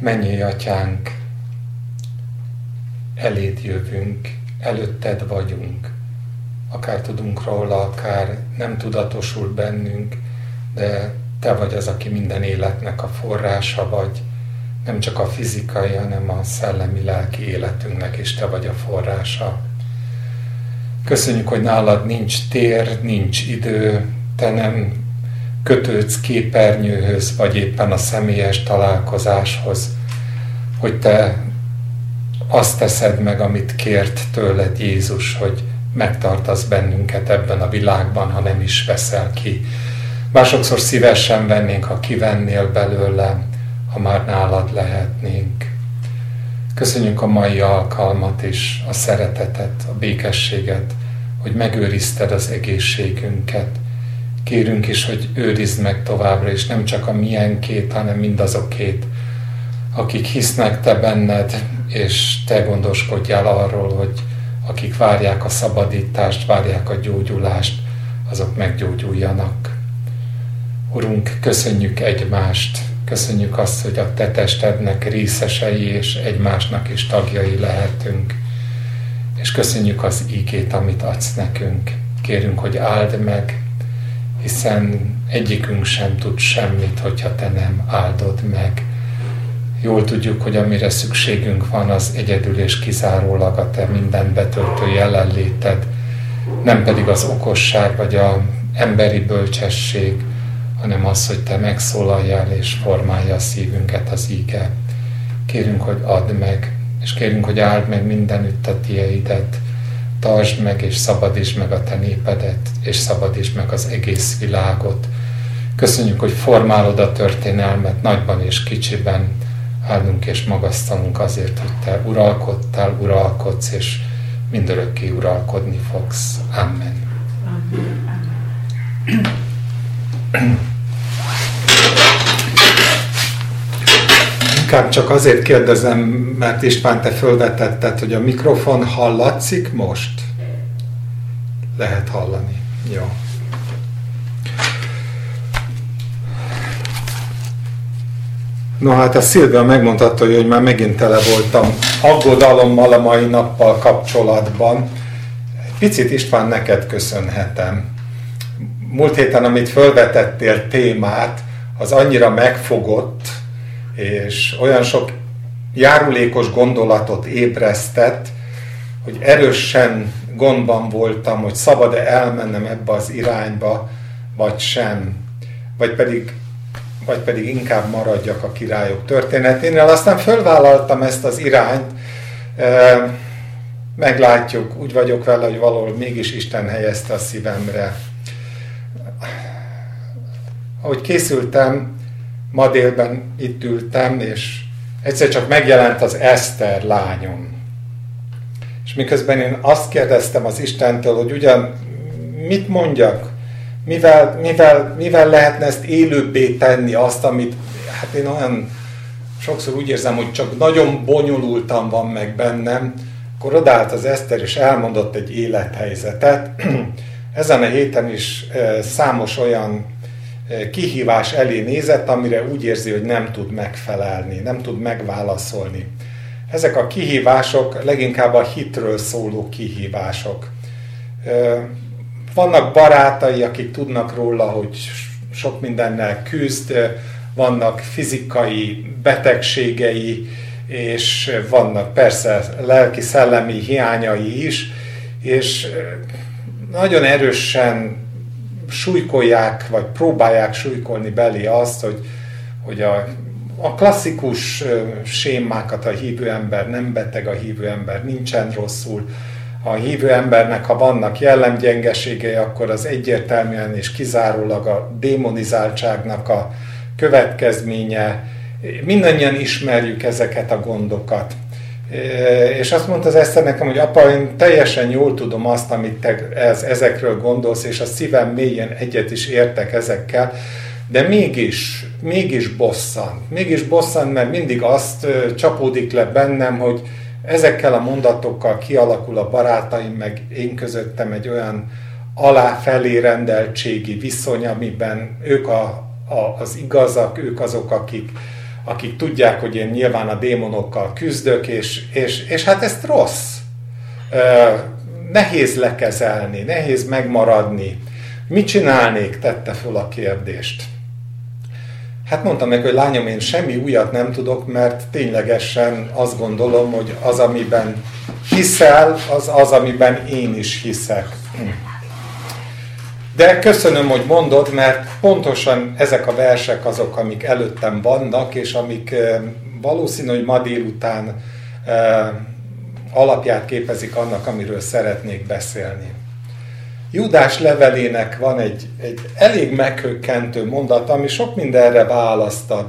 Mennyei Atyánk, eléd jövünk, előtted vagyunk. Akár tudunk róla, akár nem tudatosul bennünk, de te vagy az, aki minden életnek a forrása vagy. Nem csak a fizikai, hanem a szellemi-lelki életünknek is te vagy a forrása. Köszönjük, hogy nálad nincs tér, nincs idő, te nem kötődsz képernyőhöz, vagy éppen a személyes találkozáshoz, hogy te azt teszed meg, amit kért tőled Jézus, hogy megtartasz bennünket ebben a világban, ha nem is veszel ki. Bár sokszor szívesen vennénk, ha kivennél belőle, ha már nálad lehetnénk. Köszönjük a mai alkalmat is, a szeretetet, a békességet, hogy megőrizted az egészségünket. Kérünk is, hogy őrizd meg továbbra is, nem csak a miénkét, hanem mindazokét, akik hisznek te benned, és te gondoskodjál arról, hogy akik várják a szabadítást, várják a gyógyulást, azok meggyógyuljanak. Urunk, köszönjük egymást, köszönjük azt, hogy a te testednek részesei és egymásnak is tagjai lehetünk. És köszönjük az ígét, amit adsz nekünk. Kérünk, hogy áld meg, hiszen egyikünk sem tud semmit, hogyha te nem áldod meg. Jól tudjuk, hogy amire szükségünk van, az egyedül és kizárólag a te minden betöltő jelenléted, nem pedig az okosság vagy az emberi bölcsesség, hanem az, hogy te megszólaljál és formálja a szívünket az íge. Kérünk, hogy add meg, és kérünk, hogy áld meg mindenütt a tieidet, tartsd meg és szabadítsd meg a te népedet, és szabadítsd meg az egész világot. Köszönjük, hogy formálod a történelmet nagyban és kicsiben, áldunk és magasztalunk azért, hogy te uralkodtál, uralkodsz, és mindörökké uralkodni fogsz. Amen. Inkább csak azért kérdezem, mert István, te fölvetetted, hogy a mikrofon hallatszik most? Lehet hallani. Jó. No hát a Szilvia megmondhatta, hogy már megint tele voltam aggodalommal a mai nappal kapcsolatban. Picit István, neked köszönhetem. Múlt héten, amit fölvetettél témát, az annyira megfogott, és olyan sok járulékos gondolatot ébresztett, hogy erősen gondban voltam, hogy szabad-e elmennem ebbe az irányba, vagy sem. Vagy pedig inkább maradjak a királyok történeténél. Aztán fölvállaltam ezt az irányt, meglátjuk, úgy vagyok vele, hogy valahol mégis Isten helyezte a szívemre. Ahogy készültem, ma délben itt ültem, és egyszer csak megjelent az Eszter lányom. És miközben én azt kérdeztem az Istentől, hogy ugyan mit mondjak, mivel lehetne ezt élőbbé tenni, azt, amit, hát én olyan sokszor úgy érzem, hogy csak nagyon bonyolultan van meg bennem, akkor odállt az Eszter, és elmondott egy élethelyzetet. Ezen a héten is számos olyan kihívás elé nézett, amire úgy érzi, hogy nem tud megfelelni, nem tud megválaszolni. Ezek a kihívások leginkább a hitről szóló kihívások. Vannak barátai, akik tudnak róla, hogy sok mindennel küzd, vannak fizikai betegségei, és vannak persze lelki-szellemi hiányai is, és nagyon erősen súlykolják, vagy próbálják súlykolni belé azt, hogy a klasszikus sémákat, a hívő ember nem beteg, a hívő ember nincsen rosszul, a hívő embernek, ha vannak jellemgyengeségei, akkor az egyértelműen és kizárólag a démonizáltságnak a következménye. Mindannyian ismerjük ezeket a gondokat. És azt mondta az Eszter nekem, hogy apa, én teljesen jól tudom azt, amit te ezekről gondolsz, és a szívem mélyén egyet is értek ezekkel, de mégis bosszant, mert mindig azt csapódik le bennem, hogy ezekkel a mondatokkal kialakul a barátaim, meg én közöttem egy olyan aláfelé rendeltségi viszony, amiben ők az igazak, ők azok, akik tudják, hogy én nyilván a démonokkal küzdök, és hát ez rossz. Nehéz lekezelni, nehéz megmaradni. Mit csinálnék? Tette föl a kérdést. Hát mondtam neki, hogy lányom, én semmi újat nem tudok, mert ténylegesen azt gondolom, hogy az, amiben hiszel, az, amiben én is hiszek. De köszönöm, hogy mondod, mert pontosan ezek a versek azok, amik előttem vannak, és amik valószínű, hogy ma délután alapját képezik annak, amiről szeretnék beszélni. Júdás levelének van egy elég meghökkentő mondat, ami sok mindenre választad.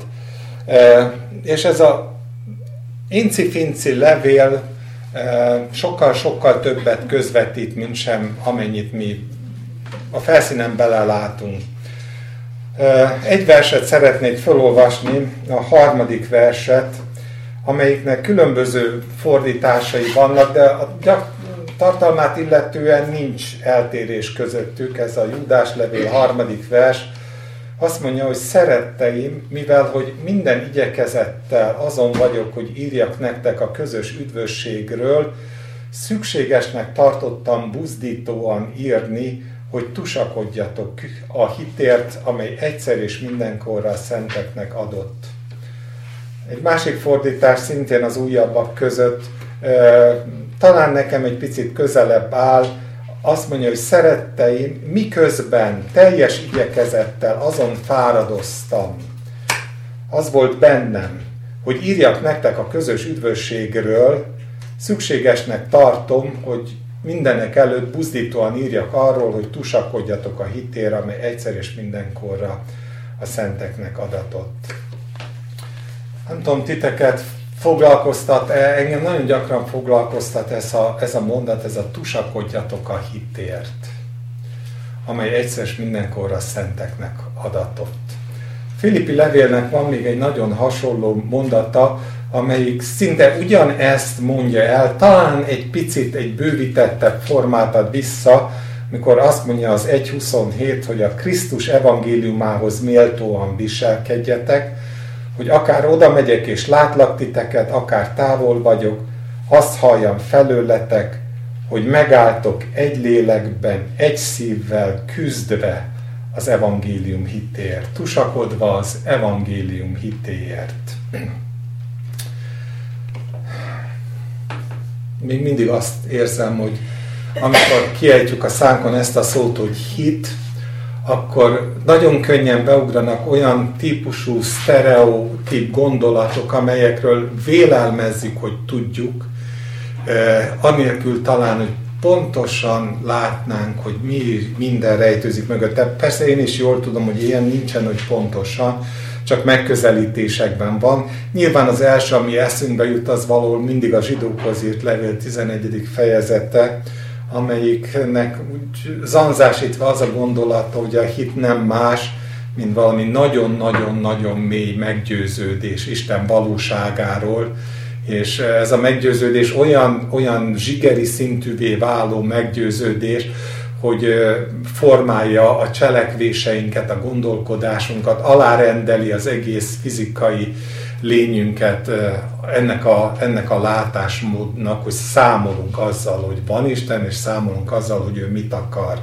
És ez a inci-finci levél sokkal-sokkal többet közvetít, mint sem amennyit mi a felszínen belelátunk. Egy verset szeretnék felolvasni, a 3. verset, amelyiknek különböző fordításai vannak, de a tartalmát illetően nincs eltérés közöttük. Ez a Júdás levél 3. vers. Azt mondja, hogy szeretteim, mivel hogy minden igyekezettel azon vagyok, hogy írjak nektek a közös üdvösségről, szükségesnek tartottam buzdítóan írni, hogy tusakodjatok a hitért, amely egyszer és mindenkorra a szenteknek adott. Egy másik fordítás szintén az újabbak között, talán nekem egy picit közelebb áll, azt mondja, hogy szeretteim, miközben teljes igyekezettel azon fáradoztam. Az volt bennem, hogy írjak nektek a közös üdvösségről, szükségesnek tartom, hogy mindenek előtt buzdítóan írjak arról, hogy tusakodjatok a hitér, amely egyszer és mindenkorra a szenteknek adatott. Nem tudom, titeket foglalkoztat, engem nagyon gyakran foglalkoztat ez a mondat, ez a tusakodjatok a hitért, amely egyszer és mindenkorra a szenteknek adatott. Filippi levélnek van még egy nagyon hasonló mondata, amelyik szinte ugyanezt mondja el, talán egy picit egy bővítettebb formát ad vissza, mikor azt mondja az 1.27, hogy a Krisztus evangéliumához méltóan viselkedjetek, hogy akár oda megyek és látlak titeket, akár távol vagyok, azt halljam felőletek, hogy megálltok egy lélekben, egy szívvel küzdve az evangélium hitéért, tusakodva az evangélium hitéért. Még mindig azt érzem, hogy amikor kiejtjük a szánkon ezt a szót, hogy hit, akkor nagyon könnyen beugranak olyan típusú, sztereotíp gondolatok, amelyekről vélelmezzük, hogy tudjuk, anélkül talán, hogy pontosan látnánk, hogy mi minden rejtőzik mögötte. Persze én is jól tudom, hogy ilyen nincsen, hogy pontosan, csak megközelítésekben van. Nyilván az első, ami eszünkbe jut, az valahol mindig a zsidókhoz írt levél 11. fejezete, amelyiknek úgy zanzásítva az a gondolata, hogy a hit nem más, mint valami nagyon-nagyon-nagyon mély meggyőződés Isten valóságáról, és ez a meggyőződés olyan zsigeri szintűvé váló meggyőződés, hogy formálja a cselekvéseinket, a gondolkodásunkat, alárendeli az egész fizikai lényünket ennek a látásmódnak, hogy számolunk azzal, hogy van Isten, és számolunk azzal, hogy ő mit akar.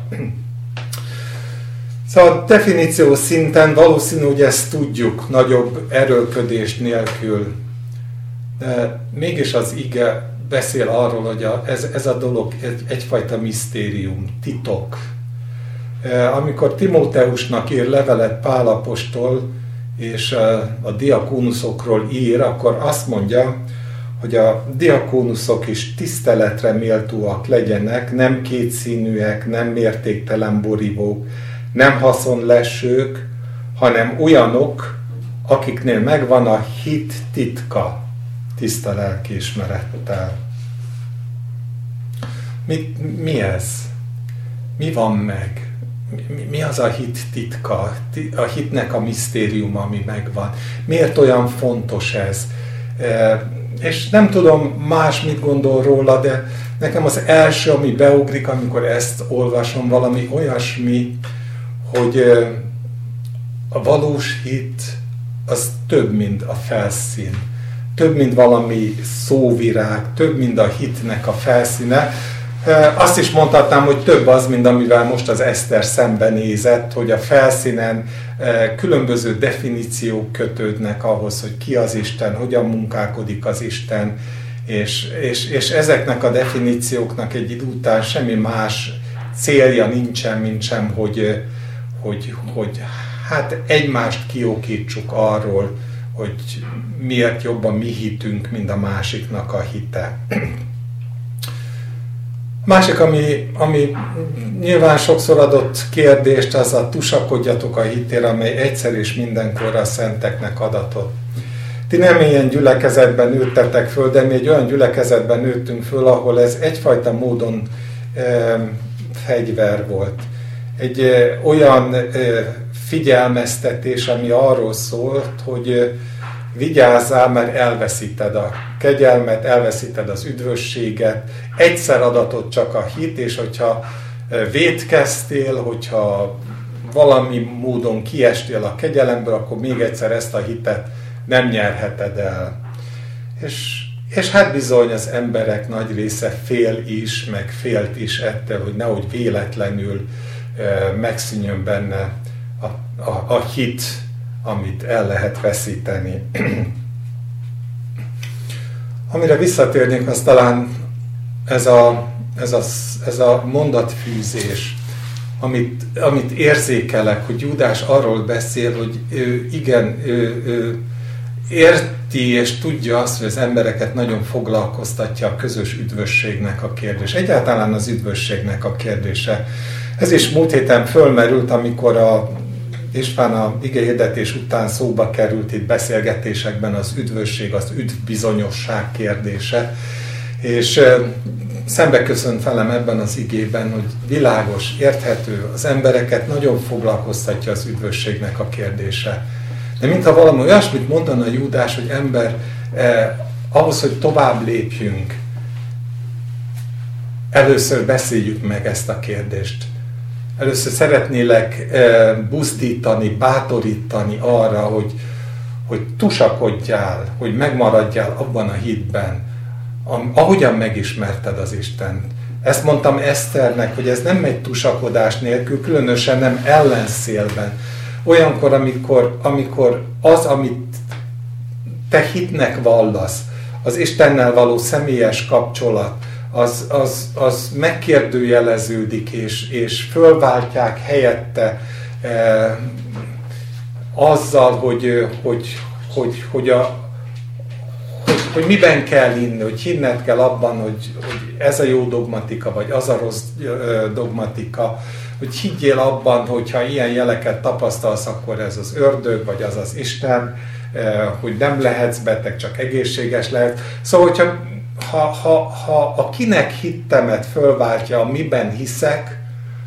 Szóval definíció szinten valószínű, hogy ezt tudjuk nagyobb erőlködés nélkül, de mégis az ige beszél arról, hogy ez a dolog egyfajta misztérium, titok. Amikor Timóteusnak ír levelet Pál apostol, és a diakónuszokról ír, akkor azt mondja, hogy a diakónuszok is tiszteletre méltóak legyenek, nem kétszínűek, nem mértéktelen borívók, nem haszonlesők, hanem olyanok, akiknél megvan a hit titka, tiszta lelkiismerettel. Mi ez? Mi van meg? Mi az a hit titka? A hitnek a misztériuma, ami megvan. Miért olyan fontos ez? És nem tudom más mit gondol róla, de nekem az első, ami beugrik, amikor ezt olvasom, valami olyasmi, hogy a valós hit az több, mint a felszín. Több, mint valami szóvirág, több, mint a hitnek a felszíne. Azt is mondhatnám, hogy több az, mint amivel most az Eszter szembenézett, hogy a felszínen különböző definíciók kötődnek ahhoz, hogy ki az Isten, hogyan munkálkodik az Isten, és ezeknek a definícióknak egy idő után semmi más célja nincsen, mint sem, hogy hát egymást kiokítsuk arról, hogy miért jobban mi hitünk, mint a másiknak a hite. Másik, ami nyilván sokszor adott kérdést, az a tusakodjatok a hitére, amely egyszer és mindenkorra a szenteknek adatott. Ti nem ilyen gyülekezetben nőttetek föl, de mi egy olyan gyülekezetben nőttünk föl, ahol ez egyfajta módon fegyver volt. Egy olyan figyelmeztetés, ami arról szólt, hogy vigyázzál, mert elveszíted a kegyelmet, elveszíted az üdvösséget, egyszer adatott csak a hit, és hogyha vétkeztél, hogyha valami módon kiestél a kegyelemből, akkor még egyszer ezt a hitet nem nyerheted el. És hát bizony az emberek nagy része fél is, meg félt is ettől, hogy nehogy véletlenül megszűnjön benne a hit, amit el lehet veszíteni. Amire visszatérnék, az talán ez a mondatfűzés, amit érzékelek, hogy Júdás arról beszél, hogy ő érti és tudja azt, hogy az embereket nagyon foglalkoztatja a közös üdvösségnek a kérdés. Egyáltalán az üdvösségnek a kérdése. Ez is múlt héten fölmerült, amikor István a igehirdetés után szóba került itt beszélgetésekben az üdvösség, az üdvbizonyosság kérdése. És szembe köszönt velem ebben az igében, hogy világos, érthető, az embereket nagyon foglalkoztatja az üdvösségnek a kérdése. De mintha valami olyasmit mondana Júdás, hogy ember, ahhoz, hogy tovább lépjünk, először beszéljük meg ezt a kérdést. Először szeretnélek buzdítani, bátorítani arra, hogy tusakodjál, hogy megmaradjál abban a hitben, ahogyan megismerted az Istent. Ezt mondtam Eszternek, hogy ez nem megy tusakodás nélkül, különösen nem ellenszélben. Olyankor, amikor az, amit te hitnek vallasz, az Istennel való személyes kapcsolat, az megkérdőjeleződik, és fölváltják helyette azzal, hogy miben kell hinni, hogy hinned kell abban, hogy ez a jó dogmatika, vagy az a rossz dogmatika, hogy higgyél abban, hogyha ilyen jeleket tapasztalsz, akkor ez az ördög, vagy az az Isten, hogy nem lehetsz beteg, csak egészséges lehet. Szóval, hogyha ha a kinek hittemet fölváltja, a miben hiszek,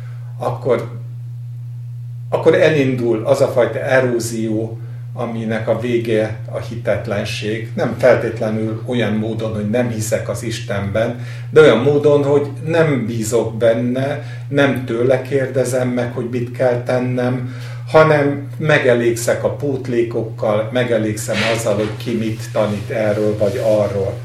akkor elindul az a fajta erózió, aminek a vége a hitetlenség. Nem feltétlenül olyan módon, hogy nem hiszek az Istenben, de olyan módon, hogy nem bízok benne, nem tőle kérdezem meg, hogy mit kell tennem, hanem megelégszek a pótlékokkal, megelégszem azzal, hogy ki mit tanít erről vagy arról.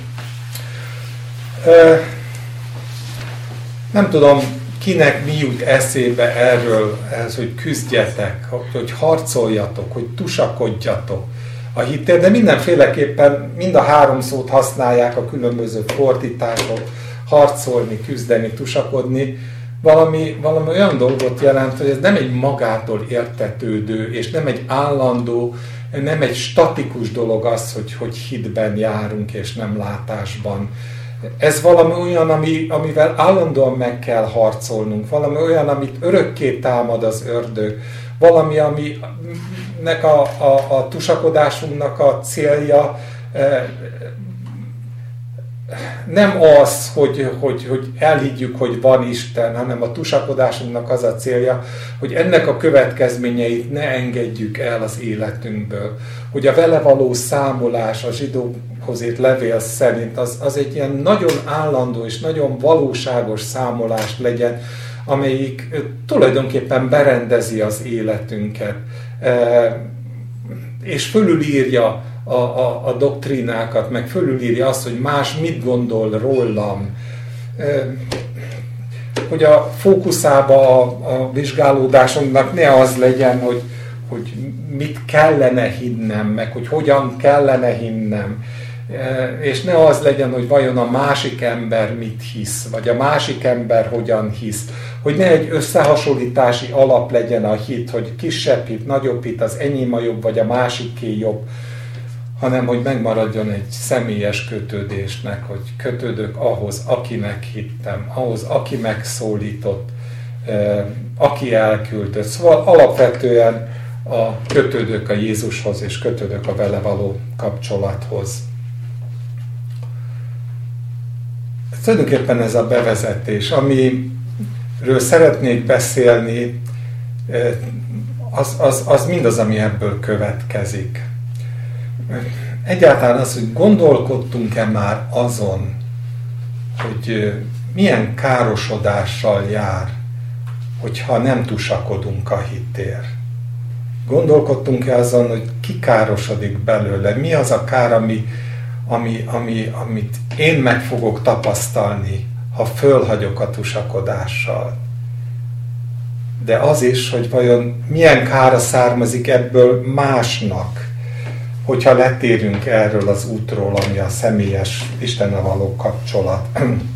Nem tudom, kinek mi jut eszébe erről, hogy küzdjetek, hogy harcoljatok, hogy tusakodjatok a hitért, de mindenféleképpen mind a három szót használják a különböző fordítások, harcolni, küzdeni, tusakodni, valami olyan dolgot jelent, hogy ez nem egy magától értetődő, és nem egy állandó, nem egy statikus dolog az, hogy hitben járunk, és nem látásban. Ez valami olyan, amivel állandóan meg kell harcolnunk, valami olyan, amit örökké támad az ördög, valami, aminek a tusakodásunknak a célja nem az, hogy elhiggyük, hogy van Isten, hanem a tusakodásunknak az a célja, hogy ennek a következményeit ne engedjük el az életünkből. Hogy a vele való számolás a zsidókhoz írt levél szerint az egy ilyen nagyon állandó és nagyon valóságos számolás legyen, amelyik tulajdonképpen berendezi az életünket. és fölülírja a doktrínákat, meg fölülírja azt, hogy más mit gondol rólam. Hogy a fókuszába a vizsgálódásunknak ne az legyen, hogy mit kellene hinnem, meg hogy hogyan kellene hinnem. És ne az legyen, hogy vajon a másik ember mit hisz, vagy a másik ember hogyan hisz. Hogy ne egy összehasonlítási alap legyen a hit, hogy kisebb hit, nagyobb hit, az enyém a jobb, vagy a másiké jobb, hanem hogy megmaradjon egy személyes kötődésnek, hogy kötődök ahhoz, akinek hittem, ahhoz, aki megszólított, aki elküldött. Szóval alapvetően kötődök a Jézushoz, és kötődök a vele való kapcsolathoz. Tulajdonképpen ez a bevezetés, amiről szeretnék beszélni, az mindaz, ami ebből következik. Egyáltalán az, hogy gondolkodtunk-e már azon, hogy milyen károsodással jár, hogyha nem tusakodunk a hitért. Gondolkodtunk-e azon, hogy ki károsodik belőle? Mi az a kár, amit én meg fogok tapasztalni, ha fölhagyok a tusakodással? De az is, hogy vajon milyen kára származik ebből másnak, hogyha letérünk erről az útról, ami a személyes Istennel való kapcsolat.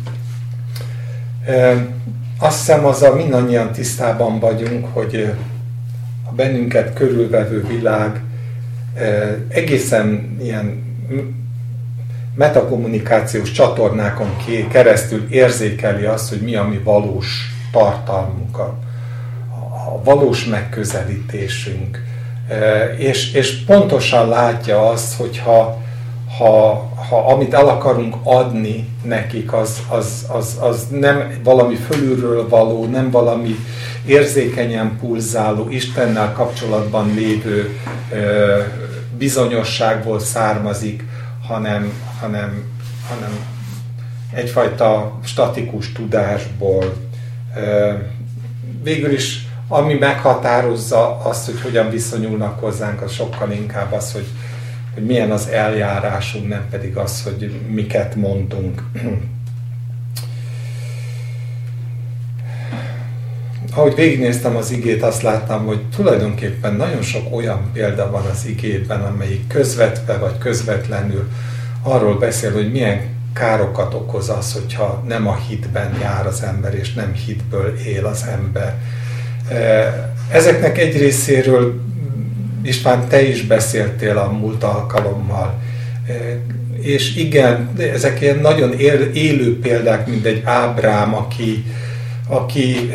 Azt hiszem, azzal mindannyian tisztában vagyunk, hogy a bennünket körülvevő világ egészen ilyen metakommunikációs csatornákon keresztül érzékeli azt, hogy mi a mi valós tartalmunk, a valós megközelítésünk. És pontosan látja azt, hogy ha amit el akarunk adni nekik, az nem valami fölülről való, nem valami érzékenyen pulzáló, Istennel kapcsolatban lévő bizonyosságból származik, hanem egyfajta statikus tudásból. Végül is, ami meghatározza azt, hogy hogyan viszonyulnak hozzánk, az sokkal inkább az, hogy milyen az eljárásunk, nem pedig az, hogy miket mondunk. Ahogy végignéztem az igét, azt láttam, hogy tulajdonképpen nagyon sok olyan példa van az igében, amelyik közvetve vagy közvetlenül arról beszél, hogy milyen károkat okoz az, hogyha nem a hitben jár az ember, és nem hitből él az ember. Ezeknek egy részéről, István, te is beszéltél a múlt alkalommal. És igen, ezek ilyen nagyon élő példák, mint egy Ábrám, aki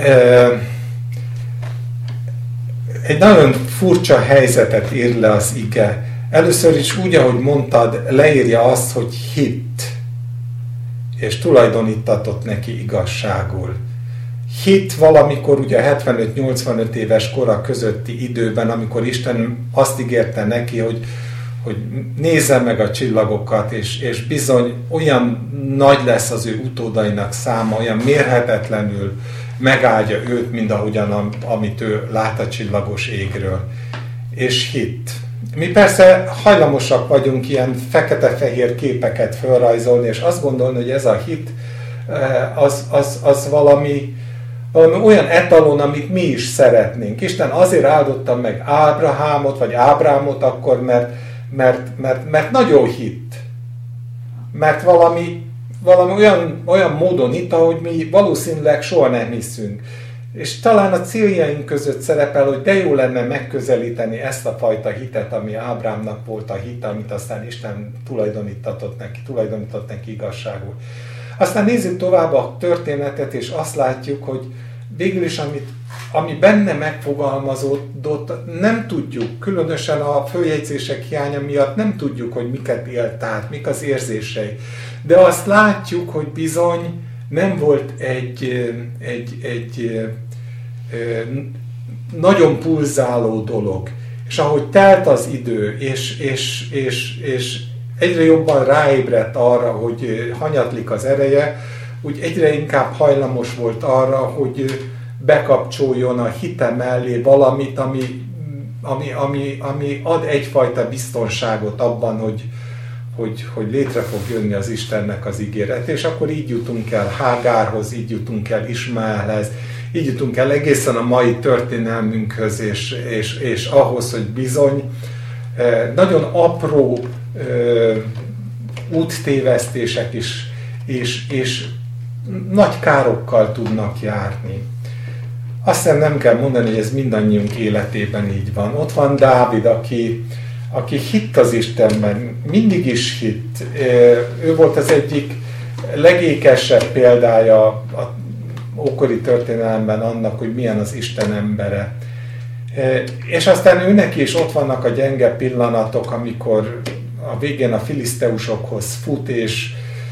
egy nagyon furcsa helyzetet ír le az ige. Először is úgy, ahogy mondtad, leírja azt, hogy hitt, és tulajdonítatott neki igazságul. Hitt valamikor ugye 75-85 éves kora közötti időben, amikor Isten azt ígérte neki, hogy nézze meg a csillagokat, és bizony olyan nagy lesz az ő utódainak száma, olyan mérhetetlenül megáldja őt, mint ahogyan, amit ő lát a csillagos égről. És hitt. Mi persze hajlamosak vagyunk ilyen fekete-fehér képeket felrajzolni, és azt gondolni, hogy ez a hit, az valami olyan etalon, amit mi is szeretnénk. Isten azért áldotta meg Ábrahámot, vagy Ábrámot akkor, mert nagyon hitt. Mert valami olyan módon hitt, ahogy mi valószínűleg soha nem hiszünk. És talán a céljaink között szerepel, hogy de jó lenne megközelíteni ezt a fajta hitet, ami Ábrámnak volt a hit, amit aztán Isten tulajdonított neki igazságul. Aztán nézzük tovább a történetet, és azt látjuk, hogy végül is, ami benne megfogalmazódott, nem tudjuk, különösen a följegyzések hiánya miatt nem tudjuk, hogy miket élt át, mik az érzései. De azt látjuk, hogy bizony nem volt egy nagyon pulzáló dolog. És ahogy telt az idő, és egyre jobban ráébredt arra, hogy hanyatlik az ereje, úgy egyre inkább hajlamos volt arra, hogy bekapcsoljon a hite mellé valamit, ami ami ad egyfajta biztonságot abban, hogy létre fog jönni az Istennek az ígéret, és akkor így jutunk el Hágárhoz, így jutunk el Ismaelhez, így jutunk el egészen a mai történelmünkhöz, és ahhoz, hogy bizony nagyon apró úttévesztések is, és nagy károkkal tudnak járni. Azt hiszem nem kell mondani, hogy ez mindannyiunk életében így van. Ott van Dávid, aki hitt az Istenben, mindig is hitt. Ő volt az egyik legékesebb példája a ókori történelemben annak, hogy milyen az Isten embere. És aztán őnek is ott vannak a gyenge pillanatok, amikor a végén a filiszteusokhoz fut, és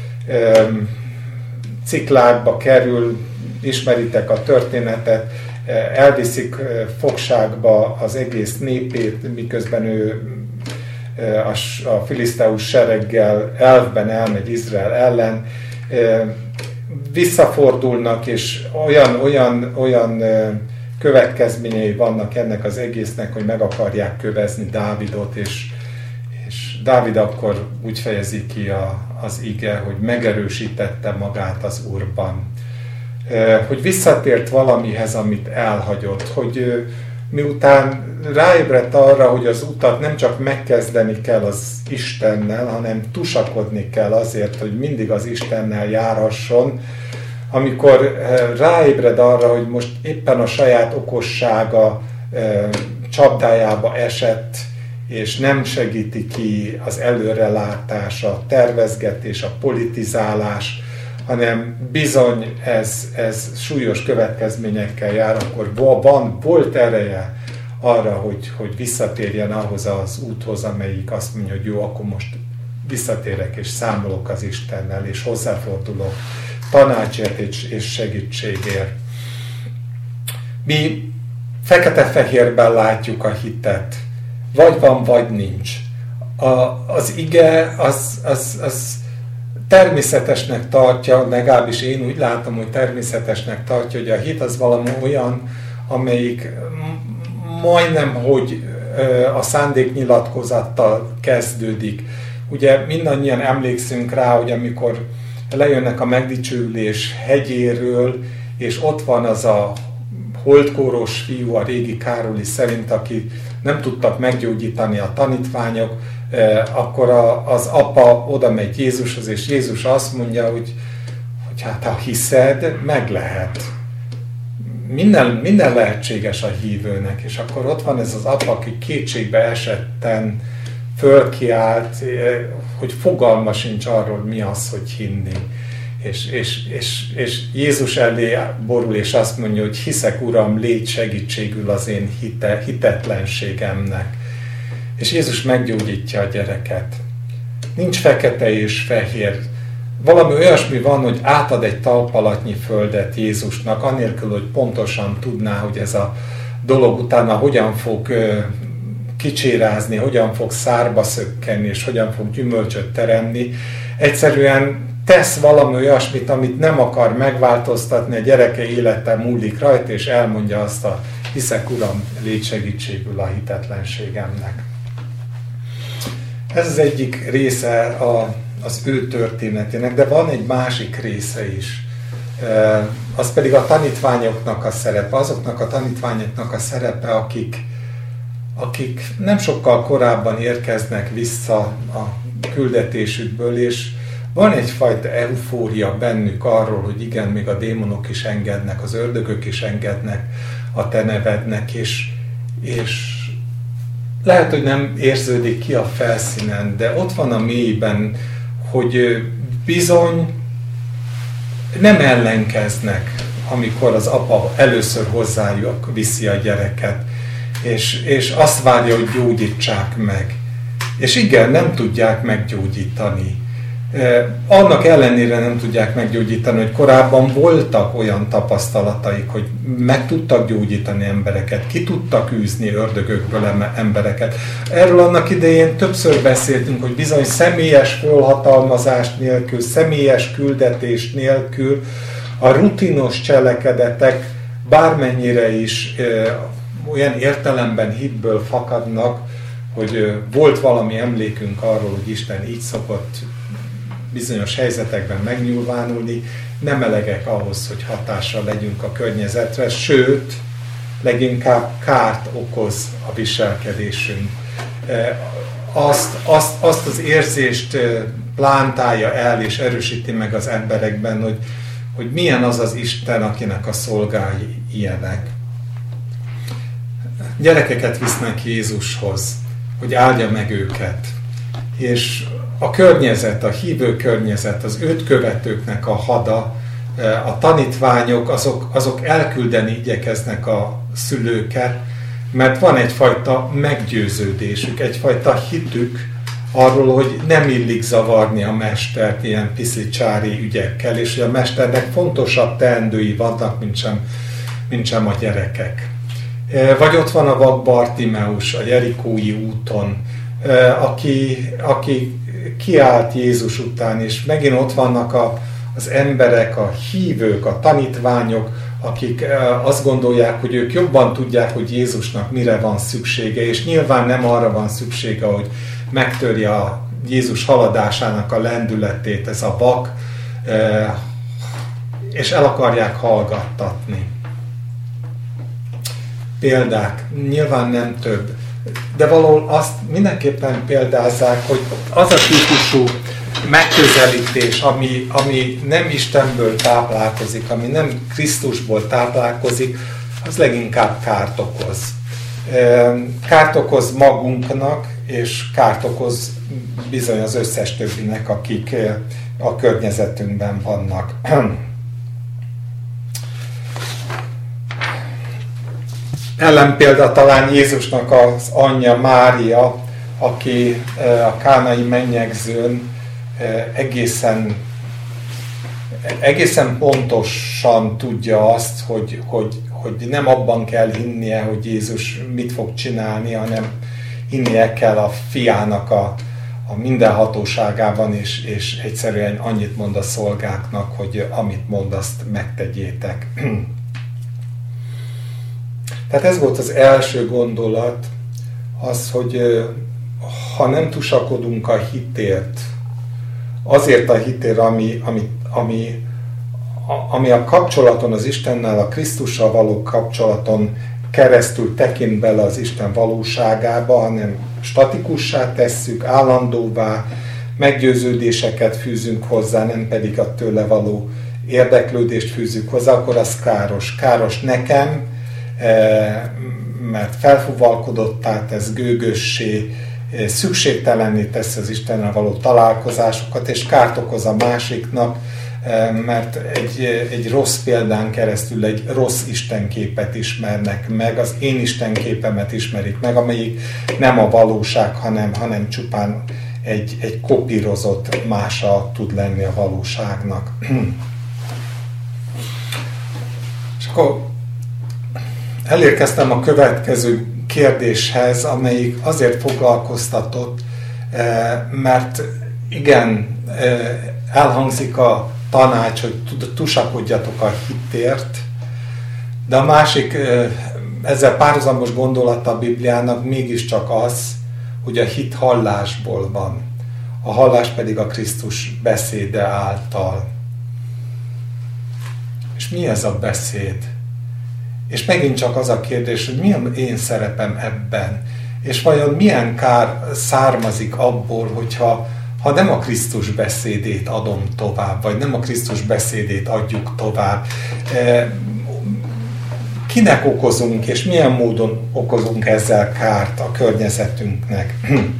Ciklágba kerül, ismeritek a történetet, elviszik fogságba az egész népét, miközben ő a filiszteus sereggel elvben elmegy Izrael ellen, visszafordulnak, és olyan következményei vannak ennek az egésznek, hogy meg akarják kövezni Dávidot, és Dávid akkor úgy fejezi ki az ige, hogy megerősítette magát az Úrban. Hogy visszatért valamihez, amit elhagyott, hogy miután ráébredt arra, hogy az utat nem csak megkezdeni kell az Istennel, hanem tusakodni kell azért, hogy mindig az Istennel járhasson, amikor ráébred arra, hogy most éppen a saját okossága csapdájába esett, és nem segíti ki az előrelátás, a tervezgetés, a politizálás, hanem bizony ez súlyos következményekkel jár, akkor volt ereje arra, hogy visszatérjen ahhoz az úthoz, amelyik azt mondja, hogy jó, akkor most visszatérek és számolok az Istennel, és hozzáfordulok tanácsért és segítségért. Mi fekete-fehérben látjuk a hitet. Vagy van, vagy nincs. Az ige az természetesnek tartja, legalábbis én úgy látom, hogy természetesnek tartja, hogy a hit az valami olyan, amelyik majdnem, hogy a szándéknyilatkozattal kezdődik. Ugye mindannyian emlékszünk rá, hogy amikor lejönnek a megdicsőülés hegyéről, és ott van az a holdkóros fiú a régi Károli szerint, aki nem tudtak meggyógyítani a tanítványok, akkor az apa oda megy Jézushoz, és Jézus azt mondja, hogy hát ha hiszed, meg lehet. Minden lehetséges a hívőnek, és akkor ott van ez az apa, aki kétségbe esetten fölkiált, hogy fogalma sincs arról, mi az, hogy hinni. És Jézus elé borul, és azt mondja, hogy hiszek, Uram, légy segítségül az én hitetlenségemnek. És Jézus meggyógyítja a gyereket. Nincs fekete és fehér. Valami olyasmi van, hogy átad egy talpalatnyi földet Jézusnak, anélkül, hogy pontosan tudná, hogy ez a dolog utána hogyan fog kicsérázni, hogyan fog szárba szökkenni, és hogyan fog gyümölcsöt teremni. Egyszerűen tesz valami olyasmit, amit nem akar megváltoztatni, a gyereke élete múlik rajta, és elmondja azt a hiszek, Uram, légy segítségül a hitetlenségemnek. Ez az egyik része az ő történetének, de van egy másik része is. Az pedig a tanítványoknak a szerepe, azoknak a tanítványoknak a szerepe, akik nem sokkal korábban érkeznek vissza a küldetésükből, és van egyfajta eufória bennük arról, hogy igen, még a démonok is engednek, az ördögök is engednek a te nevednek, és lehet, hogy nem érződik ki a felszínen, de ott van a mélyben, hogy bizony nem ellenkeznek, amikor az apa először hozzájuk viszi a gyereket, és azt várja, hogy gyógyítsák meg. És igen, nem tudják meggyógyítani. Annak ellenére nem tudják meggyógyítani, hogy korábban voltak olyan tapasztalataik, hogy meg tudtak gyógyítani embereket, ki tudtak űzni ördögökből embereket. Erről annak idején többször beszéltünk, hogy bizony személyes fölhatalmazás nélkül, személyes küldetés nélkül a rutinos cselekedetek bármennyire is olyan értelemben hitből fakadnak, hogy volt valami emlékünk arról, hogy Isten így szokott bizonyos helyzetekben megnyilvánulni, nem elegek ahhoz, hogy hatással legyünk a környezetre, sőt, leginkább kárt okoz a viselkedésünk. Azt az érzést plántálja el és erősíti meg az emberekben, hogy milyen az az Isten, akinek a szolgái ilyenek. Gyerekeket visznek Jézushoz, hogy áldja meg őket. És a környezet, a hívő környezet, az őt követőknek a hada, a tanítványok, azok elküldeni igyekeznek a szülőket, mert van egyfajta meggyőződésük, egyfajta hitük arról, hogy nem illik zavarni a mestert ilyen piszicsári ügyekkel, és hogy a mesternek fontosabb teendői vannak, mint sem a gyerekek. Vagy ott van a vak Bartimeus a Jerikói úton, aki kiállt Jézus után, és megint ott vannak az emberek, a hívők, a tanítványok, akik azt gondolják, hogy ők jobban tudják, hogy Jézusnak mire van szüksége, és nyilván nem arra van szüksége, hogy megtörje a Jézus haladásának a lendületét ez a vak, és el akarják hallgattatni. Példák, nyilván nem több, de valahol azt mindenképpen példázzák, hogy az a típusú megközelítés, ami nem Istenből táplálkozik, ami nem Krisztusból táplálkozik, az leginkább kárt okoz. Kárt okoz magunknak, és kárt okoz bizony az összes többinek, akik a környezetünkben vannak. Ellenpélda talán Jézusnak az anyja Mária, aki a kánai mennyegzőn egészen pontosan tudja azt, hogy nem abban kell hinnie, hogy Jézus mit fog csinálni, hanem hinnie kell a fiának a mindenhatóságában, és egyszerűen annyit mond a szolgáknak, hogy amit mond, azt megtegyétek. Tehát ez volt az első gondolat, az, hogy ha nem tusakodunk a hitért, azért a hitért, ami a kapcsolaton az Istennel, a Krisztussal való kapcsolaton keresztül tekint bele az Isten valóságába, hanem statikussá tesszük, állandóvá, meggyőződéseket fűzünk hozzá, nem pedig a tőle való érdeklődést fűzzük hozzá, akkor az káros. Káros nekem, mert felfúvalkodottá tesz, gőgössé, szükségtelenné teszi az Istennel való találkozásokat, és kárt okoz a másiknak, mert egy rossz példán keresztül egy rossz istenképet ismernek meg, az én istenképemet ismerik meg, amelyik nem a valóság, hanem csupán egy kopírozott mása tud lenni a valóságnak. És akkor elérkeztem a következő kérdéshez, amelyik azért foglalkoztatott, mert igen, elhangzik a tanács, hogy tusakodjatok a hitért, de a másik, ezzel párhuzamos gondolata a Bibliának mégiscsak az, hogy a hit hallásból van, a hallás pedig a Krisztus beszéde által. És mi ez a beszéd? És megint csak az a kérdés, hogy mi az én szerepem ebben, és vajon milyen kár származik abból, hogyha nem a Krisztus beszédét adom tovább, vagy nem a Krisztus beszédét adjuk tovább. Kinek okozunk, és milyen módon okozunk ezzel kárt a környezetünknek?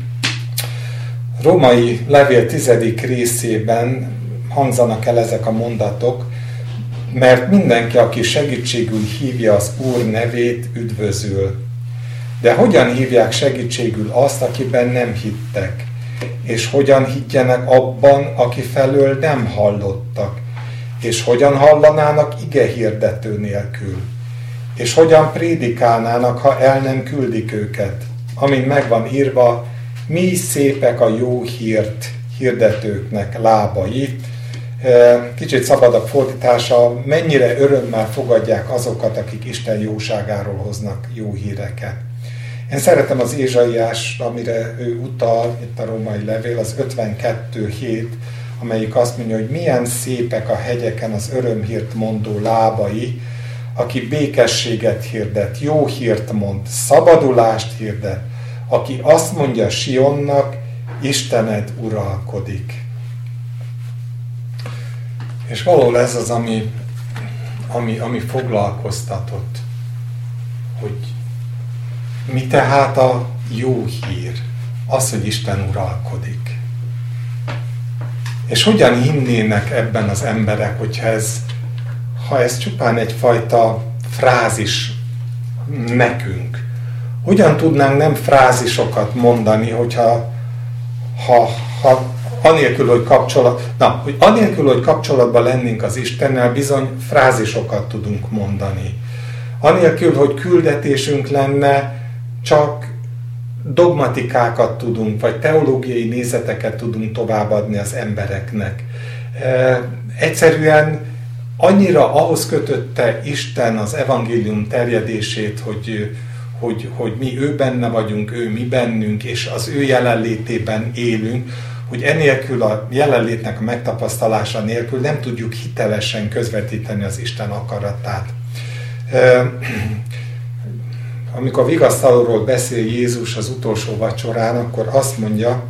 Római levél 10. részében hangzanak el ezek a mondatok, mert mindenki, aki segítségül hívja az Úr nevét, üdvözül. De hogyan hívják segítségül azt, akiben nem hittek? És hogyan higgyenek abban, aki felől nem hallottak? És hogyan hallanának ige hirdető nélkül? És hogyan prédikálnának, ha el nem küldik őket? Amint megvan írva, mi szépek a jó hírt hirdetőknek lábai, Kicsit szabadabb fordítása, mennyire örömmel fogadják azokat, akik Isten jóságáról hoznak jó híreket. Én szeretem az Ézsaiás, amire ő utal, itt a római levél, az 52:7, amelyik azt mondja, hogy milyen szépek a hegyeken az örömhírt mondó lábai, aki békességet hirdet, jó hírt mond, szabadulást hirdet, aki azt mondja Sionnak, Istened uralkodik. És valahol ez az, ami foglalkoztatott, hogy mi tehát a jó hír? Az, hogy Isten uralkodik. És hogyan hinnének ebben az emberek, ha ez csupán egyfajta frázis nekünk? Hogyan tudnánk nem frázisokat mondani, hogyha anélkül, hogy kapcsolatban lennénk az Istennel, bizony frázisokat tudunk mondani. Anélkül, hogy küldetésünk lenne, csak dogmatikákat tudunk, vagy teológiai nézeteket tudunk továbbadni az embereknek. Egyszerűen annyira ahhoz kötötte Isten az evangélium terjedését, hogy mi ő benne vagyunk, ő mi bennünk, és az ő jelenlétében élünk, hogy enélkül a jelenlétnek a megtapasztalása nélkül nem tudjuk hitelesen közvetíteni az Isten akaratát. Amikor vigasztalóról beszél Jézus az utolsó vacsorán, akkor azt mondja,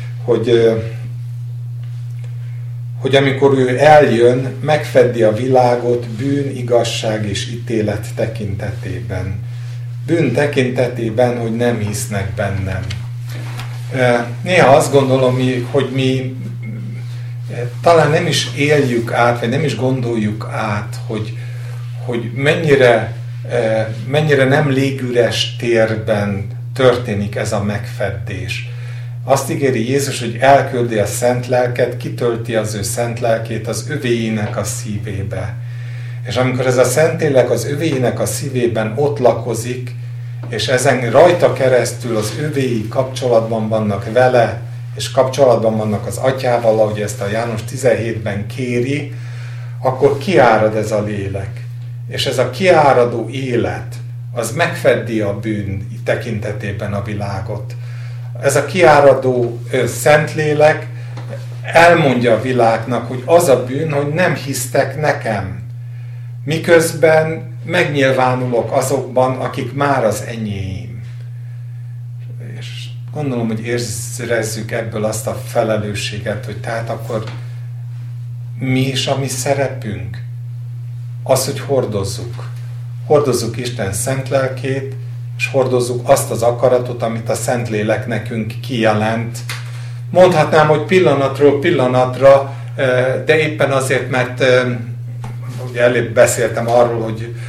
hogy amikor ő eljön, megfeddi a világot bűn, igazság és ítélet tekintetében. Bűn tekintetében, hogy nem hisznek bennem. Néha azt gondolom, hogy mi talán nem is éljük át, vagy nem is gondoljuk át, hogy mennyire nem légüres térben történik ez a megfeddés. Azt ígéri Jézus, hogy elküldi a szent lelket, kitölti az ő szent lelkét az övéinek a szívébe. És amikor ez a Szentlélek az övéinek a szívében ott lakozik, és ezen rajta keresztül az övéi kapcsolatban vannak vele, és kapcsolatban vannak az atyával, ahogy ezt a János 17-ben kéri, akkor kiárad ez a lélek. És ez a kiáradó élet, az megfeddi a bűn tekintetében a világot. Ez a kiáradó Szentlélek elmondja a világnak, hogy az a bűn, hogy nem hisztek nekem. Miközben megnyilvánulok azokban, akik már az enyém. És gondolom, hogy érezzük ebből azt a felelősséget, hogy tehát akkor mi is a mi szerepünk? Az, hogy hordozzuk. Hordozzuk Isten szent lelkét, és hordozzuk azt az akaratot, amit a Szentlélek nekünk kijelent. Mondhatnám, hogy pillanatról pillanatra, de éppen azért, mert ugye előbb beszéltem arról,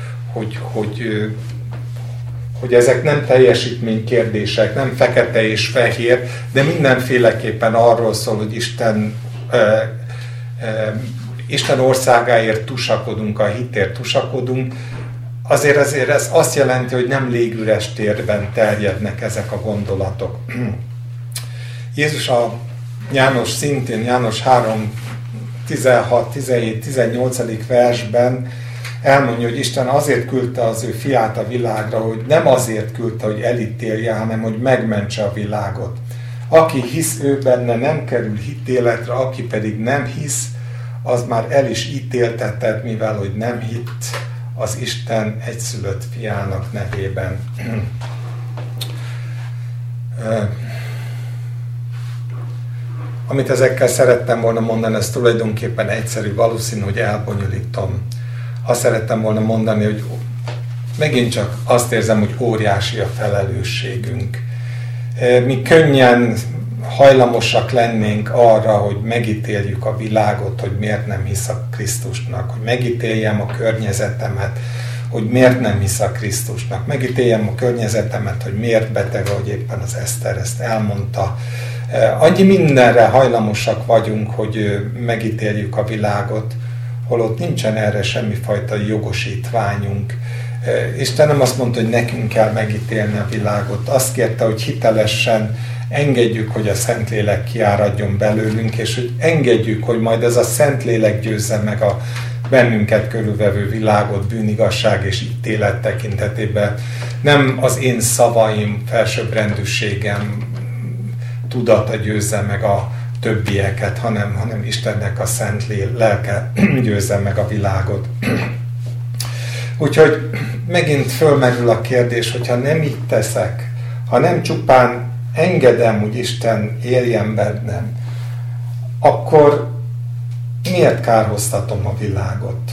hogy ezek nem teljesítménykérdések, nem fekete és fehér, de mindenféleképpen arról szól, hogy Isten országáért tusakodunk, a hitért tusakodunk, azért ez azt jelenti, hogy nem légüres térben terjednek ezek a gondolatok. Jézus szintén János 3, 16, 17, 18. versben elmondja, hogy Isten azért küldte az ő fiát a világra, hogy nem azért küldte, hogy elítélje, hanem hogy megmentse a világot. Aki hisz ő benne, nem kerül hitéletre, aki pedig nem hisz, az már el is ítéltetett, mivel hogy nem hitt az Isten egyszülött fiának nevében. Amit ezekkel szerettem volna mondani, ez tulajdonképpen egyszerű, valószínű, hogy elbonyolítom. Azt szerettem volna mondani, hogy megint csak azt érzem, hogy óriási a felelősségünk. Mi könnyen hajlamosak lennénk arra, hogy megítéljük a világot, hogy miért nem hisz a Krisztusnak, hogy megítéljem a környezetemet, hogy miért nem hisz a Krisztusnak, megítéljem a környezetemet, hogy miért beteg, ahogy éppen az Eszter ezt elmondta. Annyi mindenre hajlamosak vagyunk, hogy megítéljük a világot, holott nincsen erre semmifajta jogosítványunk. Isten nem azt mondta, hogy nekünk kell megítélni a világot. Azt kérte, hogy hitelesen engedjük, hogy a Szentlélek kiáradjon belőlünk, és hogy engedjük, hogy majd ez a Szentlélek győzze meg a bennünket körülvevő világot, bűnigazság és ítélet tekintetében. Nem az én szavaim, felsőbbrendűségem tudata győzze meg a többieket, hanem Istennek a szent lelke győzze meg a világot. Úgyhogy megint fölmerül a kérdés, hogyha nem így teszek, ha nem csupán engedem, hogy Isten éljen bennem, akkor miért kárhoztatom a világot?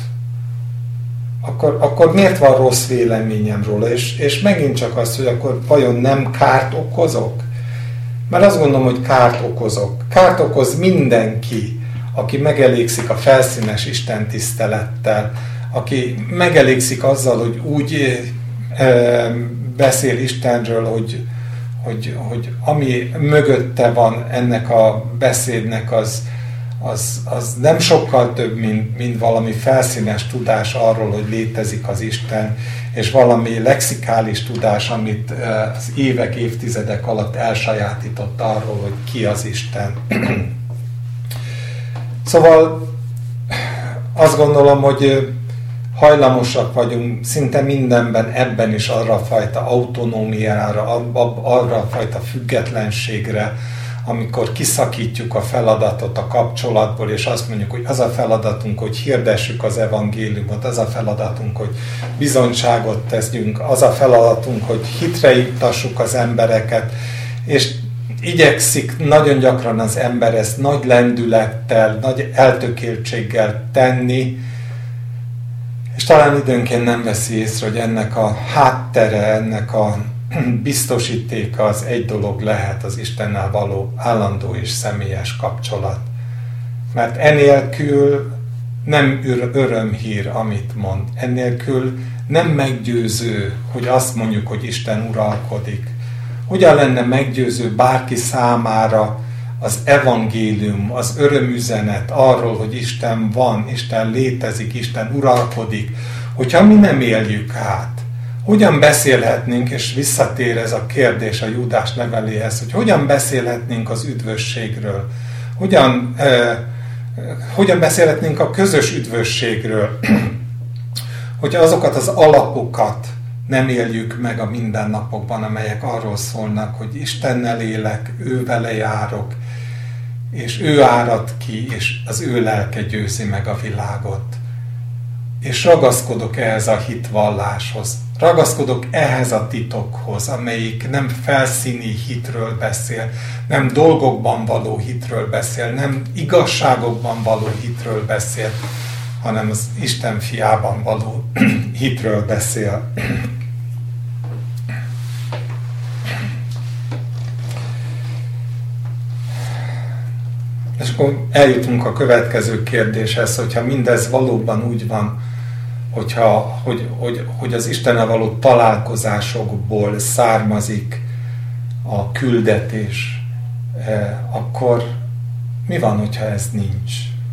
Akkor miért van rossz véleményem róla? És megint csak az, hogy akkor vajon nem kárt okozok? Mert azt gondolom, hogy kárt okozok. Kárt okoz mindenki, aki megelégszik a felszínes Isten tisztelettel, aki megelégszik azzal, hogy úgy beszél Istenről, hogy ami mögötte van ennek a beszédnek, az nem sokkal több, mint valami felszínes tudás arról, hogy létezik az Isten, és valami lexikális tudás, amit az évek, évtizedek alatt elsajátított arról, hogy ki az Isten. Szóval azt gondolom, hogy hajlamosak vagyunk szinte mindenben, ebben is arra a fajta autonómiára, arra a fajta függetlenségre, amikor kiszakítjuk a feladatot a kapcsolatból, és azt mondjuk, hogy az a feladatunk, hogy hirdessük az evangéliumot, az a feladatunk, hogy bizonyságot teszünk, az a feladatunk, hogy hitre iktassuk az embereket, és igyekszik nagyon gyakran az ember ezt nagy lendülettel, nagy eltökéltséggel tenni, és talán időnként nem veszi észre, hogy ennek a háttere, ennek a biztosítéka az egy dolog lehet, az Istennel való állandó és személyes kapcsolat. Mert enélkül nem örömhír, amit mond. Ennélkül nem meggyőző, hogy azt mondjuk, hogy Isten uralkodik. Hogyan lenne meggyőző bárki számára az evangélium, az örömüzenet arról, hogy Isten van, Isten létezik, Isten uralkodik, hogyha mi nem éljük át? Hogyan beszélhetnénk, és visszatér ez a kérdés a Júdás leveléhez, hogy hogyan beszélhetnénk az üdvösségről? Hogyan beszélhetnénk a közös üdvösségről? Hogyha azokat az alapokat nem éljük meg a mindennapokban, amelyek arról szólnak, hogy Istennel élek, ő vele járok, és ő árad ki, és az ő lelke győzi meg a világot. És ragaszkodok ehhez a hitvalláshoz, ragaszkodok ehhez a titokhoz, amelyik nem felszíni hitről beszél, nem dolgokban való hitről beszél, nem igazságokban való hitről beszél, hanem az Isten fiában való hitről beszél. És akkor eljutunk a következő kérdéshez, hogyha mindez valóban úgy van, hogy az Istennel való találkozásokból származik a küldetés, akkor mi van, hogyha ez nincs?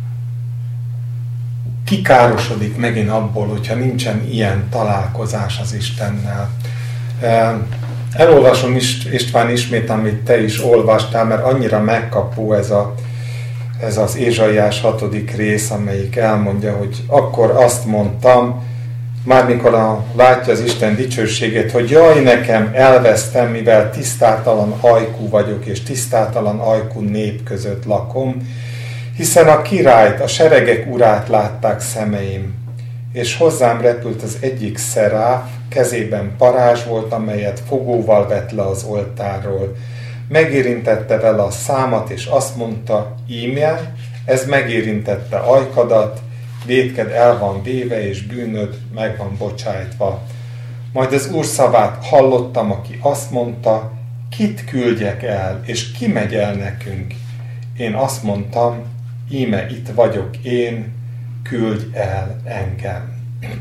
Ki károsodik megint abból, hogyha nincsen ilyen találkozás az Istennel? Elolvasom István ismét, amit te is olvastál, mert annyira megkapó ez az Ézsaiás 6. rész, amelyik elmondja, hogy akkor azt mondtam, már mikor látja az Isten dicsőségét, hogy jaj, nekem elvesztem, mivel tisztátalan ajkú vagyok, és tisztátalan ajkú nép között lakom, hiszen a királyt, a seregek urát látták szemeim, és hozzám repült az egyik szeráf, kezében parázs volt, amelyet fogóval vett le az oltárról. Megérintette vele a számat, és azt mondta, íme, ez megérintette ajkadat, vétked el van véve, és bűnöd meg van bocsájtva. Majd az Úr szavát hallottam, aki azt mondta, kit küldjek el, és ki megy el nekünk? Én azt mondtam, íme itt vagyok én, küldj el engem.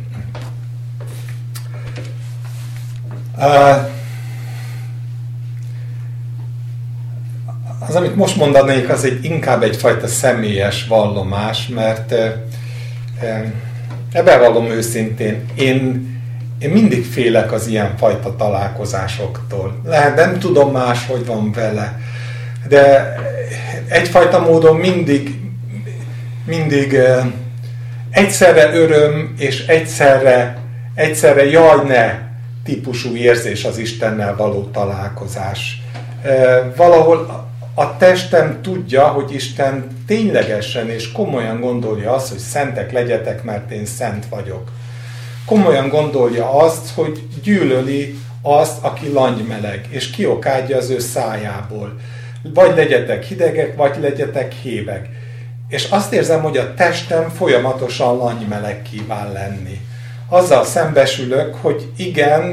Az, amit most mondanék, az inkább egyfajta személyes vallomás, mert ebben vallom őszintén, én mindig félek az ilyenfajta találkozásoktól. Lehet, nem tudom más, hogy van vele, de egyfajta módon mindig egyszerre öröm, és egyszerre jaj ne típusú érzés az Istennel való találkozás. Valahol a testem tudja, hogy Isten ténylegesen és komolyan gondolja azt, hogy szentek legyetek, mert én szent vagyok. Komolyan gondolja azt, hogy gyűlöli azt, aki langymeleg, és kiokádja az ő szájából. Vagy legyetek hidegek, vagy legyetek hévek. És azt érzem, hogy a testem folyamatosan langymeleg kíván lenni. Azzal szembesülök, hogy igen,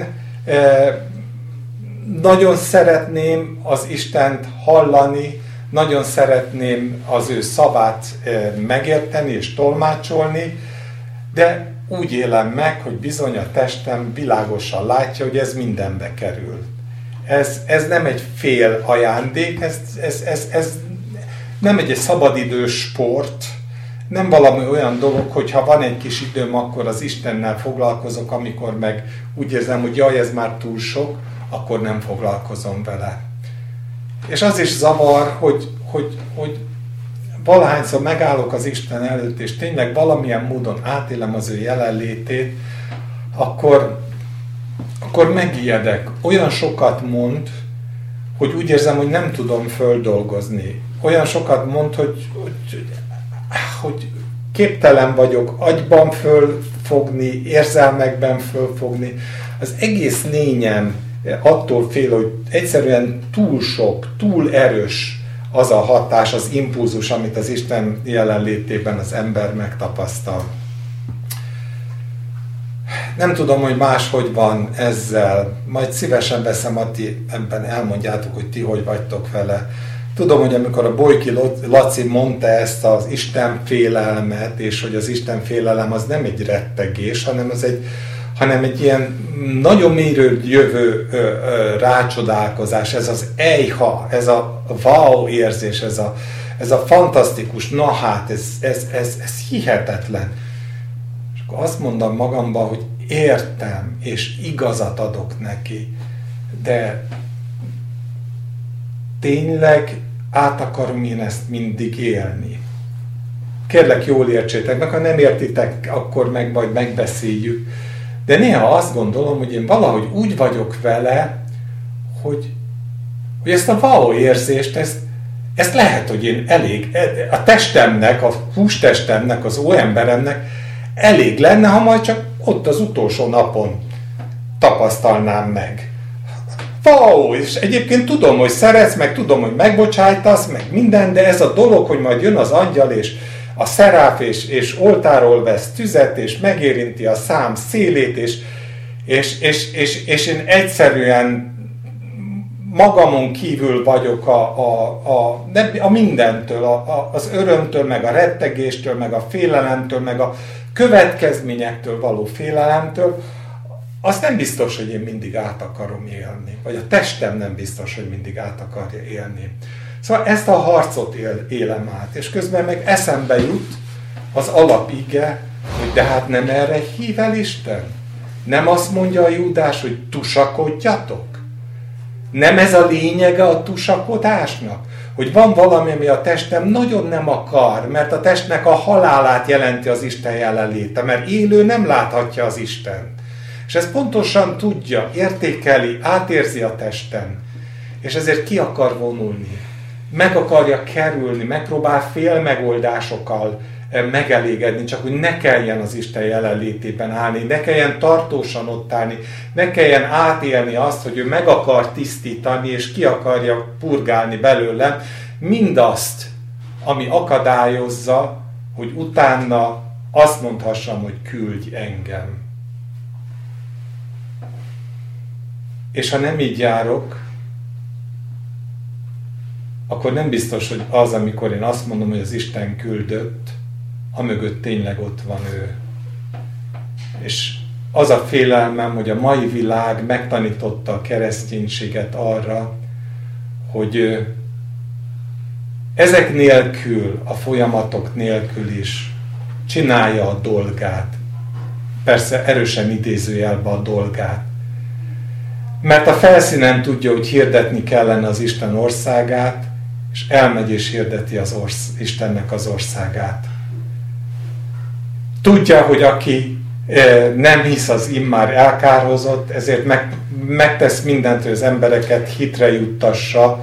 nagyon szeretném az Istent hallani, nagyon szeretném az ő szavát megérteni és tolmácsolni, de úgy élem meg, hogy bizony a testem világosan látja, hogy ez mindenbe kerül. Ez nem egy fél ajándék, ez nem egy szabadidős sport, nem valami olyan dolog, hogy ha van egy kis időm, akkor az Istennel foglalkozok, amikor meg úgy érzem, hogy jaj, ez már túl sok, akkor nem foglalkozom vele. És az is zavar, hogy valahányszor megállok az Isten előtt, és tényleg valamilyen módon átélem az ő jelenlétét, akkor megijedek. Olyan sokat mond, hogy úgy érzem, hogy nem tudom földolgozni. Olyan sokat mond, hogy képtelen vagyok agyban fölfogni, érzelmekben fölfogni. Az egész lényem attól fél, hogy egyszerűen túl sok, túl erős az a hatás, az impulzus, amit az Isten jelenlétében az ember megtapasztal. Nem tudom, hogy máshogy van ezzel. Majd szívesen veszem, hogy ti ebben elmondjátok, hogy ti hogy vagytok vele. Tudom, hogy amikor a Bojki Laci mondta ezt az Isten félelmet, és hogy az Isten félelem az nem egy rettegés, hanem egy ilyen nagyon mélyről jövő rácsodálkozás, ez az ejha, ez a wow érzés, ez a fantasztikus, na hát, ez hihetetlen. És akkor azt mondom magamban, hogy értem, és igazat adok neki, de tényleg át akarom én ezt mindig élni. Kérlek, jól értsétek meg, ha nem értitek, akkor majd megbeszéljük. De néha azt gondolom, hogy én valahogy úgy vagyok vele, hogy ezt a wow érzést, ezt lehet, hogy én a testemnek, a hústestemnek, az óemberemnek elég lenne, ha majd csak ott az utolsó napon tapasztalnám meg. Wow, és egyébként tudom, hogy szeretsz, meg tudom, hogy megbocsájtasz, meg minden, de ez a dolog, hogy majd jön az angyal, és a szeráf, és oltáról vesz tüzet, és megérinti a szám szélét, és én egyszerűen magamon kívül vagyok a mindentől, az örömtől, meg a rettegéstől, meg a félelemtől, meg a következményektől való félelemtől, azt nem biztos, hogy én mindig át akarom élni, vagy a testem nem biztos, hogy mindig át akarja élni. Szóval ezt a harcot élem át, és közben meg eszembe jut az alapige, hogy de hát nem erre hív el Isten? Nem azt mondja a Júdás, hogy tusakodjatok? Nem ez a lényege a tusakodásnak? Hogy van valami, ami a testem nagyon nem akar, mert a testnek a halálát jelenti az Isten jelenléte, mert élő nem láthatja az Istent. És ezt pontosan tudja, értékeli, átérzi a testem, és ezért ki akar vonulni. Meg akarja kerülni, megpróbál félmegoldásokkal megelégedni, csak hogy ne kelljen az Isten jelenlétében állni, ne kelljen tartósan ott állni, ne kelljen átélni azt, hogy ő meg akar tisztítani, és ki akarja purgálni belőlem mindazt, ami akadályozza, hogy utána azt mondhassam, hogy küldj engem. És ha nem így járok, akkor nem biztos, hogy az, amikor én azt mondom, hogy az Isten küldött, amögött tényleg ott van ő. És az a félelmem, hogy a mai világ megtanította a kereszténységet arra, hogy ezek nélkül, a folyamatok nélkül is csinálja a dolgát. persze erősen idézőjelbe a dolgát. Mert a felszínen tudja, hogy hirdetni kellene az Isten országát, és elmegy és hirdeti Istennek az országát. Tudja, hogy aki nem hisz, az immár elkározott, ezért megtesz mindent, hogy az embereket hitre juttassa,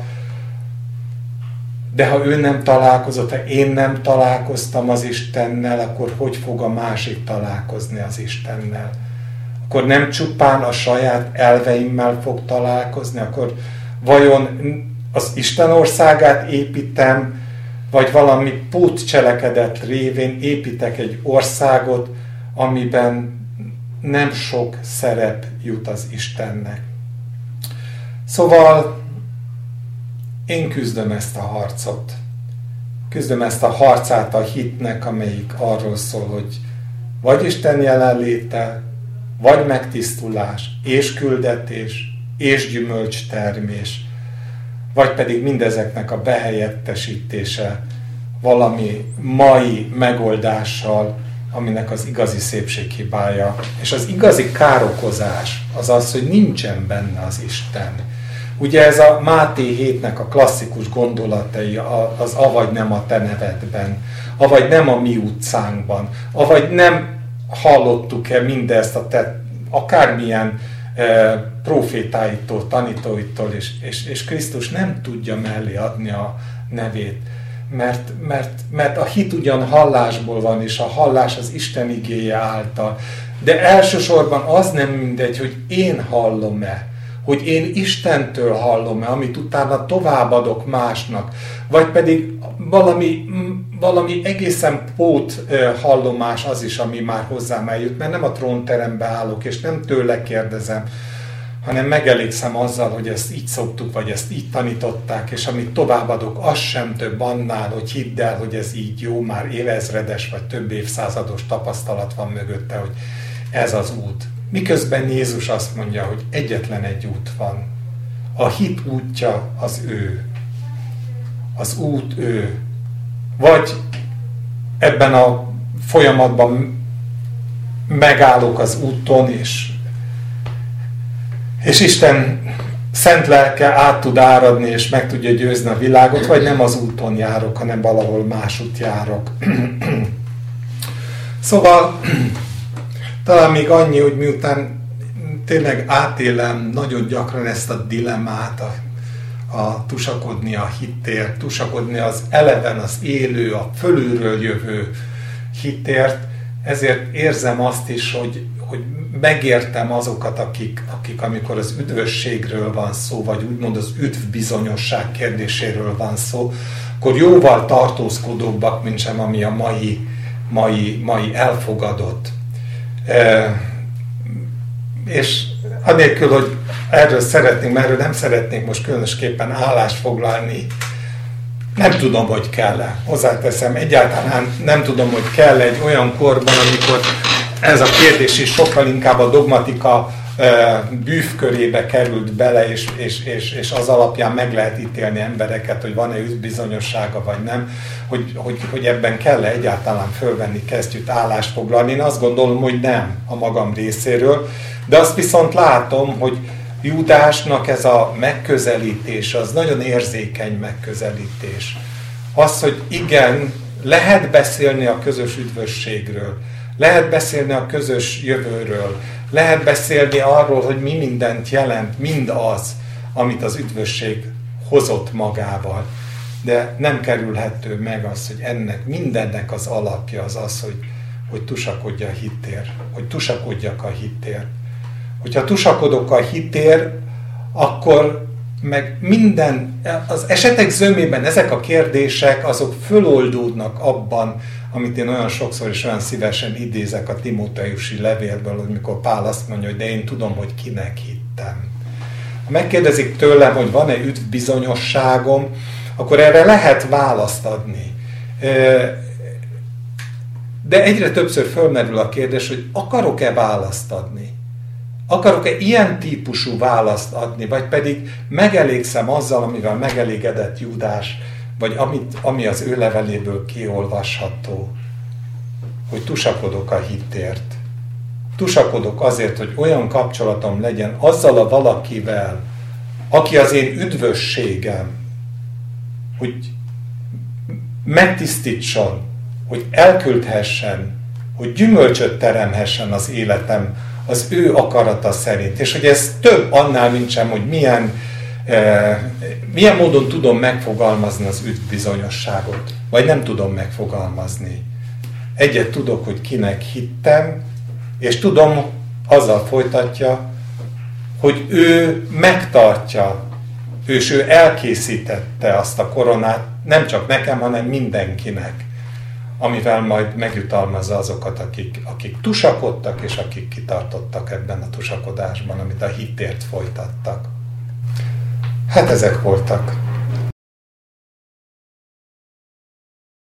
de ha ő nem találkozott, ha én nem találkoztam az Istennel, akkor hogy fog a másik találkozni az Istennel? Akkor nem csupán a saját elveimmel fog találkozni, akkor vajon az Isten országát építem, vagy valami pótcselekedet révén építek egy országot, amiben nem sok szerep jut az Istennek. Szóval én küzdöm ezt a harcot. Küzdöm ezt a harcát a hitnek, amelyik arról szól, hogy vagy Isten jelenléte, vagy megtisztulás, és küldetés, és gyümölcstermés, vagy pedig mindezeknek a behelyettesítése valami mai megoldással, aminek az igazi szépség hibája. És az igazi károkozás az az, hogy nincsen benne az Isten. Ugye ez a Máté 7-nek a klasszikus gondolatai, az avagy nem a te nevedben, avagy nem a mi utcánkban, avagy nem hallottuk-e mindezt a te akármilyen profétáitól, tanítóitól, és Krisztus nem tudja mellé adni a nevét. Mert a hit ugyan hallásból van, és a hallás az Isten igéje által. De elsősorban az nem mindegy, hogy én hallom-e, hogy én Istentől hallom-e, amit utána továbbadok másnak, vagy pedig valami egészen pót hallomás az is, ami már hozzám eljut, mert nem a trónterembe állok, és nem tőle kérdezem, hanem megelégszem azzal, hogy ezt így szoktuk, vagy ezt így tanították, és amit továbbadok, az sem több annál, hogy hidd el, hogy ez így jó, már évezredes, vagy több évszázados tapasztalat van mögötte, hogy ez az út. Miközben Jézus azt mondja, hogy egyetlen egy út van. A hit útja az ő. Az út ő. Vagy ebben a folyamatban megállok az úton, és Isten szent lelke át tud áradni, és meg tudja győzni a világot, vagy nem az úton járok, hanem valahol másút járok. Szóval talán még annyi, hogy miután tényleg átélem nagyon gyakran ezt a dilemmát, a tusakodni a hitért, tusakodni az eleven, az élő, a fölülről jövő hitért, ezért érzem azt is, hogy megértem azokat, akik amikor az üdvösségről van szó, vagy úgymond az üdvbizonyosság kérdéséről van szó, akkor jóval tartózkodóbbak, mint sem ami a mai elfogadott. És anélkül, hogy erről nem szeretnék most különösképpen állást foglalni, nem tudom, hogy kell-e. Hozzáteszem, egyáltalán nem tudom, hogy kell egy olyan korban, amikor ez a kérdés is sokkal inkább a dogmatika bűvkörébe került bele, és az alapján meg lehet ítélni embereket, hogy van-e üdvbizonyossága, vagy nem, hogy ebben kell-e egyáltalán fölvenni kesztyűt, állást foglalni. Én azt gondolom, hogy nem a magam részéről, de azt viszont látom, hogy Júdásnak ez a megközelítés, az nagyon érzékeny megközelítés. Az, hogy igen, lehet beszélni a közös üdvösségről, lehet beszélni a közös jövőről, lehet beszélni arról, hogy mi mindent jelent, mind az, amit az üdvösség hozott magával. De nem kerülhető meg az, hogy mindennek az alapja az, hogy tusakodja a hittér, hogy tusakodjak a hittér. Hogyha tusakodok a hittér, akkor meg az esetek zömében ezek a kérdések, azok föloldódnak abban, amit én olyan sokszor és olyan szívesen idézek a Timóteusi levélből, amikor Pál azt mondja, hogy de én tudom, hogy kinek hittem. Ha megkérdezik tőlem, hogy van-e üdvbizonyosságom, akkor erre lehet választ adni. De egyre többször fölmerül a kérdés, hogy akarok-e választ adni? Akarok-e ilyen típusú választ adni, vagy pedig megelégszem azzal, amivel megelégedett Júdás, vagy ami az ő leveléből kiolvasható, hogy tusakodok a hitért. tusakodok azért, hogy olyan kapcsolatom legyen azzal a valakivel, aki az én üdvösségem, hogy megtisztítson, hogy elküldhessen, hogy gyümölcsöt teremhessen az életem az ő akarata szerint. És hogy ez több annál, mint sem, hogy milyen módon tudom megfogalmazni az üdvbizonyosságot, vagy nem tudom megfogalmazni. Egyet tudok, hogy kinek hittem, és tudom, azzal folytatja, hogy ő megtartja, és ő elkészítette azt a koronát, nem csak nekem, hanem mindenkinek, amivel majd megjutalmazza azokat, akik tusakodtak, és akik kitartottak ebben a tusakodásban, amit a hitért folytattak. Hát ezek voltak